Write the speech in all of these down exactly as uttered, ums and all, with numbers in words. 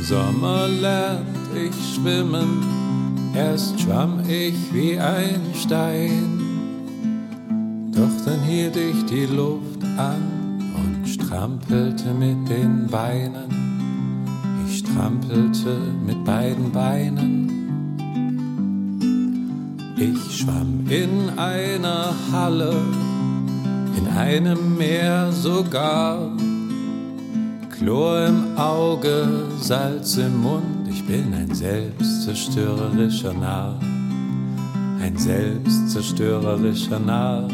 Sommer lernt ich schwimmen, erst schwamm ich wie ein Stein. Doch dann hielt ich die Luft an und strampelte mit den Beinen. Ich strampelte mit beiden Beinen. Ich schwamm in einer Halle, in einem Meer sogar. Chlor im Auge, Salz im Mund, ich bin ein selbstzerstörerischer Narr, ein selbstzerstörerischer Narr.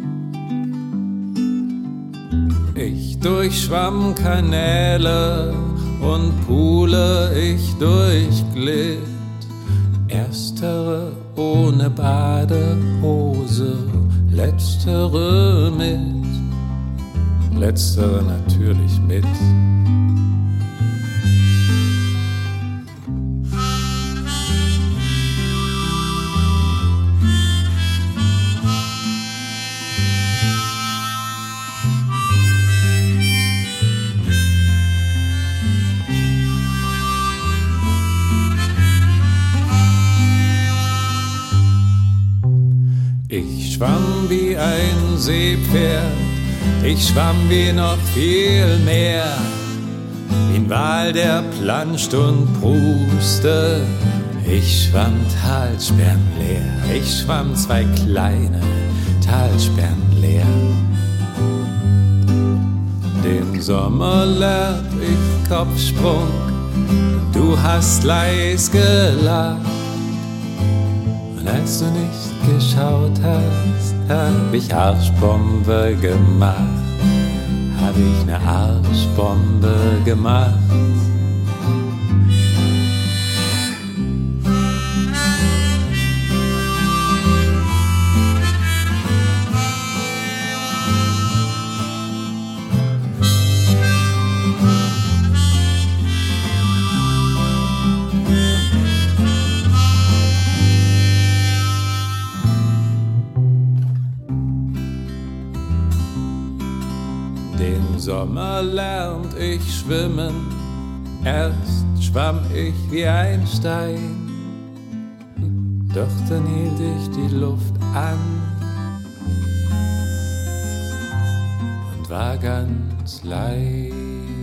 Ich durchschwamm Kanäle und Poole ich durchglitt, erstere ohne Badehose, letztere mit, letztere natürlich mit. Ich schwamm wie ein Seepferd, ich schwamm wie noch viel mehr, wie ein Wal, der planscht und prustet. Ich schwamm Talsperren leer, ich schwamm zwei kleine Talsperren leer. Den Sommer lernt ich Kopfsprung, du hast leis gelacht. Und als du nicht geschaut hast, hab ich Arschbombe gemacht, hab ich ne Arschbombe gemacht. Den Sommer lernt ich schwimmen, erst schwamm ich wie ein Stein, doch dann hielt ich die Luft an und war ganz leicht.